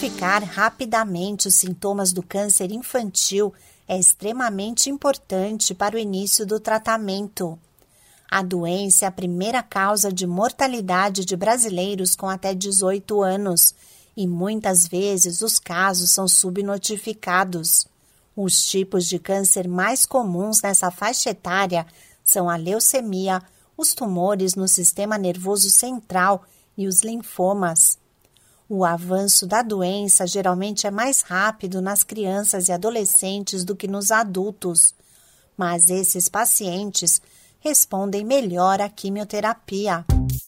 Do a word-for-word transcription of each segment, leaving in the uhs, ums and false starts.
Identificar rapidamente os sintomas do câncer infantil é extremamente importante para o início do tratamento. A doença é a primeira causa de mortalidade de brasileiros com até dezoito anos e muitas vezes os casos são subnotificados. Os tipos de câncer mais comuns nessa faixa etária são a leucemia, os tumores no sistema nervoso central e os linfomas. O avanço da doença geralmente é mais rápido nas crianças e adolescentes do que nos adultos, mas esses pacientes respondem melhor à quimioterapia.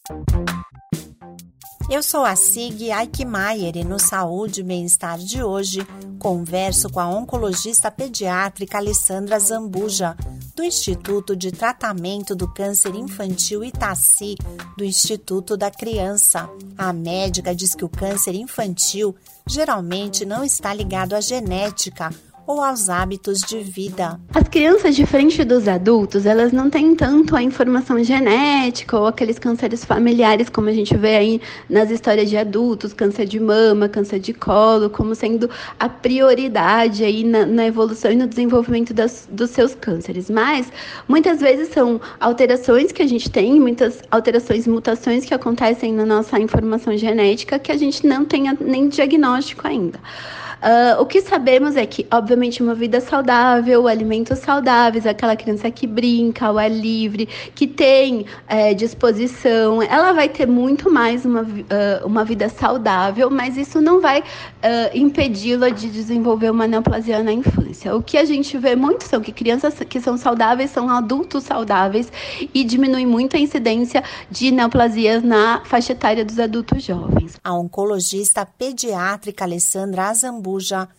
Eu sou a Sig Eichmeier e no Saúde e Bem-Estar de hoje converso com a oncologista pediátrica Alessandra Zambuja, do Instituto de Tratamento do Câncer Infantil Itaci, do Instituto da Criança. A médica diz que o câncer infantil geralmente não está ligado à genética ou aos hábitos de vida. As crianças, diferente dos adultos, elas não têm tanto a informação genética ou aqueles cânceres familiares, como a gente vê aí nas histórias de adultos, câncer de mama, câncer de colo, como sendo a prioridade aí na, na evolução e no desenvolvimento das, dos seus cânceres. Mas, muitas vezes são alterações que a gente tem, muitas alterações, mutações que acontecem na nossa informação genética que a gente não tem nem diagnóstico ainda. Uh, o que sabemos é que, obviamente, uma vida saudável, alimentos saudáveis, aquela criança que brinca ao ar livre, que tem é, disposição, ela vai ter muito mais uma, uh, uma vida saudável, mas isso não vai uh, impedi-la de desenvolver uma neoplasia na infância. O que a gente vê muito são que crianças que são saudáveis são adultos saudáveis e diminui muito a incidência de neoplasias na faixa etária dos adultos jovens. A oncologista pediátrica Alessandra Zambuja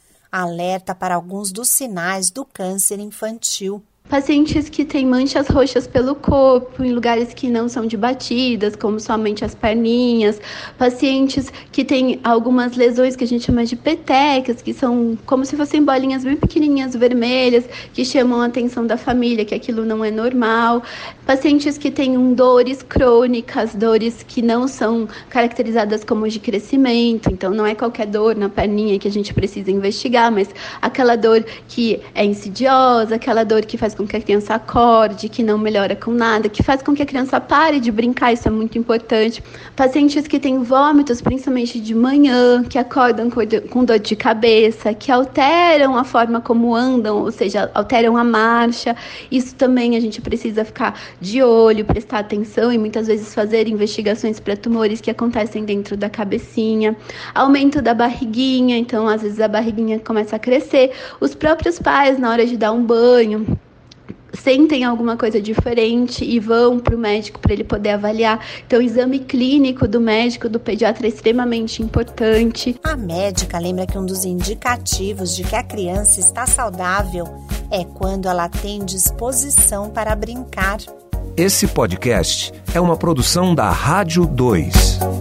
alerta para alguns dos sinais do câncer infantil. Pacientes que têm manchas roxas pelo corpo, em lugares que não são de batidas, como somente as perninhas. Pacientes que têm algumas lesões que a gente chama de petecas, que são como se fossem bolinhas bem pequenininhas vermelhas, que chamam a atenção da família, que aquilo não é normal. Pacientes que têm dores crônicas, dores que não são caracterizadas como de crescimento. Então, não é qualquer dor na perninha que a gente precisa investigar, mas aquela dor que é insidiosa, aquela dor que faz com que a criança acorde, que não melhora com nada, que faz com que a criança pare de brincar, isso é muito importante. Pacientes que têm vômitos, principalmente de manhã, que acordam com dor de cabeça, que alteram a forma como andam, ou seja, alteram a marcha, isso também a gente precisa ficar de olho, prestar atenção e muitas vezes fazer investigações para tumores que acontecem dentro da cabecinha. Aumento da barriguinha, então às vezes a barriguinha começa a crescer. Os próprios pais, na hora de dar um banho, sentem alguma coisa diferente e vão para o médico para ele poder avaliar. Então, o exame clínico do médico, do pediatra, é extremamente importante. A médica lembra que um dos indicativos de que a criança está saudável é quando ela tem disposição para brincar. Esse podcast é uma produção da Rádio dois.